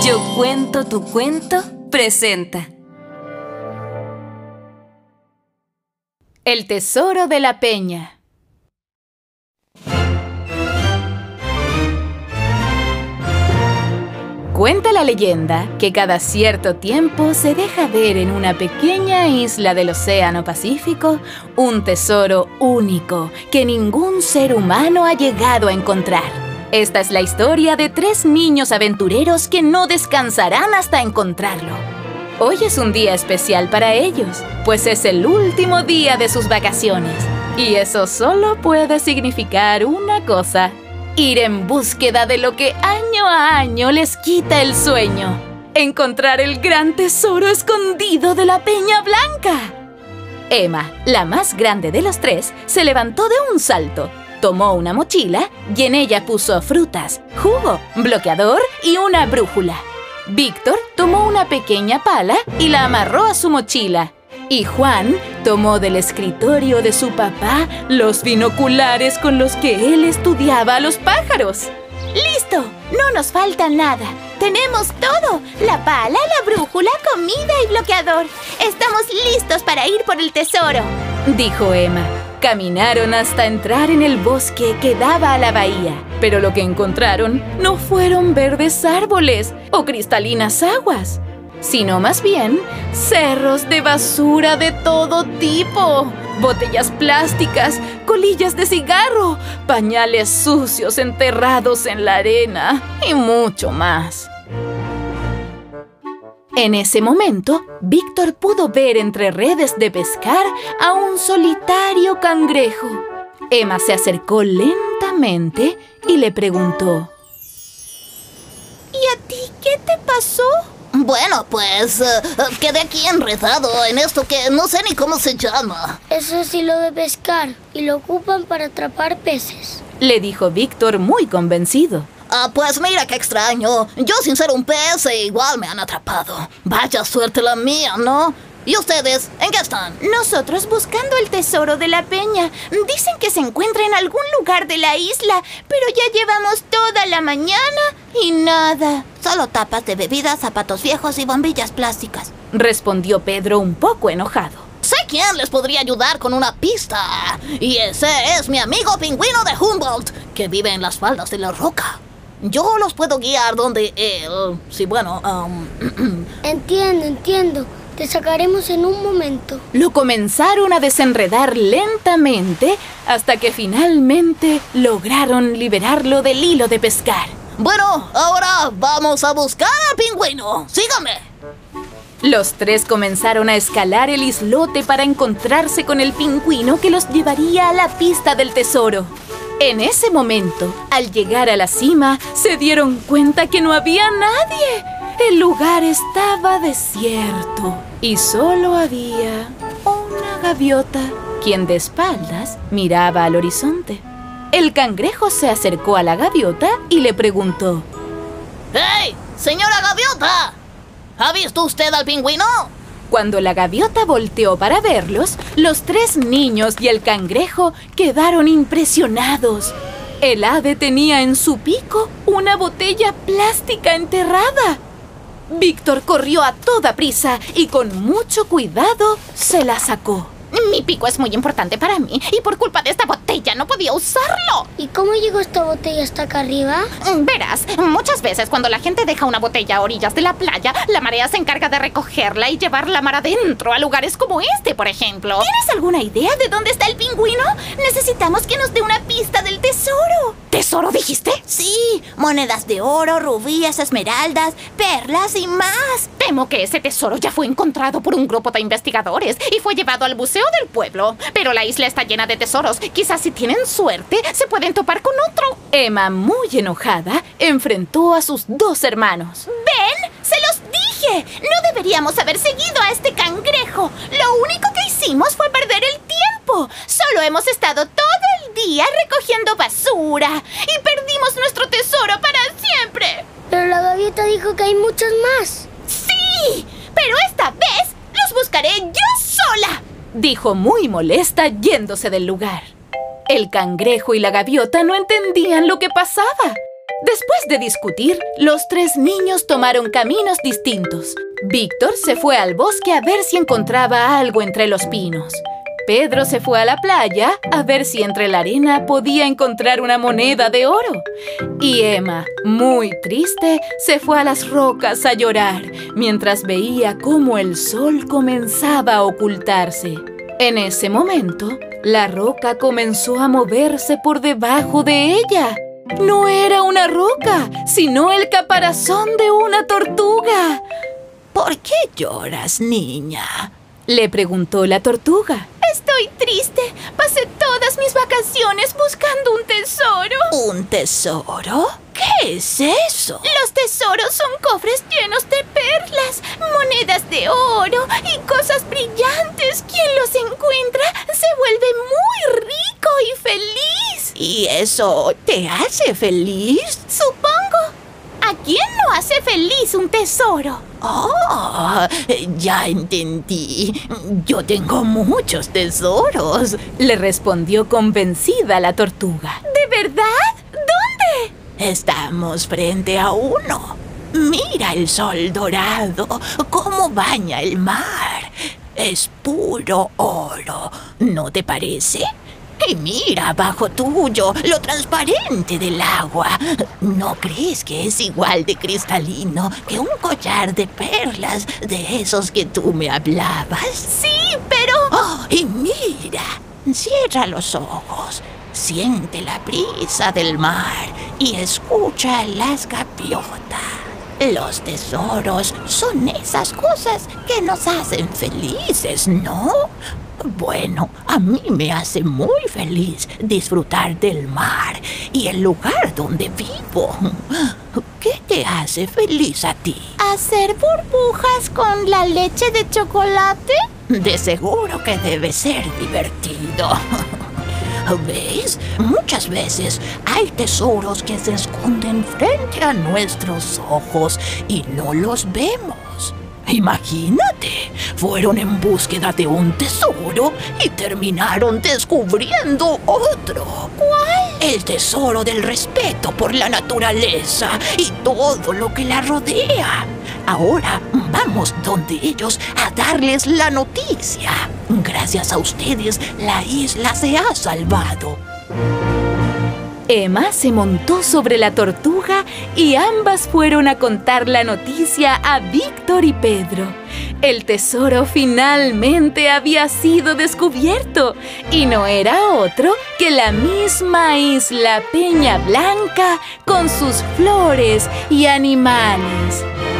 Yo Cuento Tu Cuento presenta El tesoro de la peña. Cuenta la leyenda que cada cierto tiempo se deja ver en una pequeña isla del Océano Pacífico un tesoro único que ningún ser humano ha llegado a encontrar. Esta es la historia de 3 niños aventureros que no descansarán hasta encontrarlo. Hoy es un día especial para ellos, pues es el último día de sus vacaciones. Y eso solo puede significar una cosa: ir en búsqueda de lo que año a año les quita el sueño. Encontrar el gran tesoro escondido de la Peña Blanca. Emma, la más grande de los 3, se levantó de un salto. Tomó una mochila y en ella puso frutas, jugo, bloqueador y una brújula. Víctor tomó una pequeña pala y la amarró a su mochila. Y Juan tomó del escritorio de su papá los binoculares con los que él estudiaba a los pájaros. ¡Listo! No nos falta nada. Tenemos todo: la pala, la brújula, comida y bloqueador. Estamos listos para ir por el tesoro, dijo Emma. Caminaron hasta entrar en el bosque que daba a la bahía, pero lo que encontraron no fueron verdes árboles o cristalinas aguas, sino más bien cerros de basura de todo tipo, botellas plásticas, colillas de cigarro, pañales sucios enterrados en la arena y mucho más. En ese momento, Víctor pudo ver entre redes de pescar a un solitario cangrejo. Emma se acercó lentamente y le preguntó: ¿Y a ti qué te pasó? Bueno, pues quedé aquí enredado en esto que no sé ni cómo se llama. Eso es hilo de pescar y lo ocupan para atrapar peces, le dijo Víctor muy convencido. Pues mira qué extraño. Yo sin ser un pez igual me han atrapado. Vaya suerte la mía, ¿no? ¿Y ustedes? ¿En qué están? Nosotros buscando el tesoro de la peña. Dicen que se encuentra en algún lugar de la isla, pero ya llevamos toda la mañana y nada. Solo tapas de bebidas, zapatos viejos y bombillas plásticas, respondió Pedro un poco enojado. Sé quién les podría ayudar con una pista. Y ese es mi amigo pingüino de Humboldt, que vive en las faldas de la roca. Yo los puedo guiar donde él... Sí, bueno... Entiendo. Te sacaremos en un momento. Lo comenzaron a desenredar lentamente hasta que finalmente lograron liberarlo del hilo de pescar. Bueno, ahora vamos a buscar al pingüino. ¡Síganme! Los 3 comenzaron a escalar el islote para encontrarse con el pingüino que los llevaría a la pista del tesoro. En ese momento, al llegar a la cima, se dieron cuenta que no había nadie. El lugar estaba desierto y solo había una gaviota, quien de espaldas miraba al horizonte. El cangrejo se acercó a la gaviota y le preguntó: ¡Hey, señora gaviota! ¿Ha visto usted al pingüino? Cuando la gaviota volteó para verlos, los 3 niños y el cangrejo quedaron impresionados. El ave tenía en su pico una botella plástica enterrada. Víctor corrió a toda prisa y con mucho cuidado se la sacó. Mi pico es muy importante para mí y por culpa de esta botella no podía usarlo. ¿Y cómo llegó esta botella hasta acá arriba? Verás, muchas veces cuando la gente deja una botella a orillas de la playa, la marea se encarga de recogerla y llevarla mar adentro a lugares como este, por ejemplo. ¿Tienes alguna idea de dónde está el pingüino? Necesitamos que nos dé una pista del tesoro. ¿Tesoro dijiste? Sí, monedas de oro, rubíes, esmeraldas, perlas y más. Temo que ese tesoro ya fue encontrado por un grupo de investigadores y fue llevado al museo del pueblo. Pero la isla está llena de tesoros. Quizás si tienen suerte, se pueden topar con otro. Emma, muy enojada, enfrentó a sus 2 hermanos. ¿Ven? ¡Se los dije! No deberíamos haber seguido a este cangrejo. Lo único que hicimos fue perder el tiempo. Solo hemos estado todo el día recogiendo basura y perdimos nuestro tesoro para siempre. Pero la gaviota dijo que hay muchos más. ¡Sí! Pero esta vez los buscaré yo sola, dijo muy molesta yéndose del lugar. El cangrejo y la gaviota no entendían lo que pasaba. Después de discutir, los tres niños tomaron caminos distintos. Víctor se fue al bosque a ver si encontraba algo entre los pinos. Pedro se fue a la playa a ver si entre la arena podía encontrar una moneda de oro. Y Emma, muy triste, se fue a las rocas a llorar, mientras veía cómo el sol comenzaba a ocultarse. En ese momento, la roca comenzó a moverse por debajo de ella. No era una roca, sino el caparazón de una tortuga. ¿Por qué lloras, niña?, le preguntó la tortuga. Estoy triste. Pasé todas mis vacaciones buscando un tesoro. ¿Un tesoro? ¿Qué es eso? Los tesoros son cofres llenos de perlas, monedas de oro y cosas brillantes. Quien los encuentra se vuelve muy rico y feliz. ¿Y eso te hace feliz? Supongo. ¿A quién no hace feliz un tesoro? Oh, ya entendí. Yo tengo muchos tesoros, le respondió convencida la tortuga. ¿De verdad? ¿Dónde? Estamos frente a uno. Mira el sol dorado, cómo baña el mar. Es puro oro, ¿no te parece? Y mira abajo tuyo lo transparente del agua. ¿No crees que es igual de cristalino que un collar de perlas de esos que tú me hablabas? Sí, pero... Oh, y mira, cierra los ojos, siente la brisa del mar y escucha las gaviotas. Los tesoros son esas cosas que nos hacen felices, ¿no? Bueno, a mí me hace muy feliz disfrutar del mar y el lugar donde vivo. ¿Qué te hace feliz a ti? ¿Hacer burbujas con la leche de chocolate? De seguro que debe ser divertido. ¿Ves? Muchas veces hay tesoros que se esconden frente a nuestros ojos y no los vemos. Imagínate, fueron en búsqueda de un tesoro y terminaron descubriendo otro. ¿Cuál? El tesoro del respeto por la naturaleza y todo lo que la rodea. Ahora vamos donde ellos a darles la noticia. Gracias a ustedes, la isla se ha salvado. Emma se montó sobre la tortuga y ambas fueron a contar la noticia a Víctor y Pedro. El tesoro finalmente había sido descubierto y no era otro que la misma isla Peña Blanca con sus flores y animales.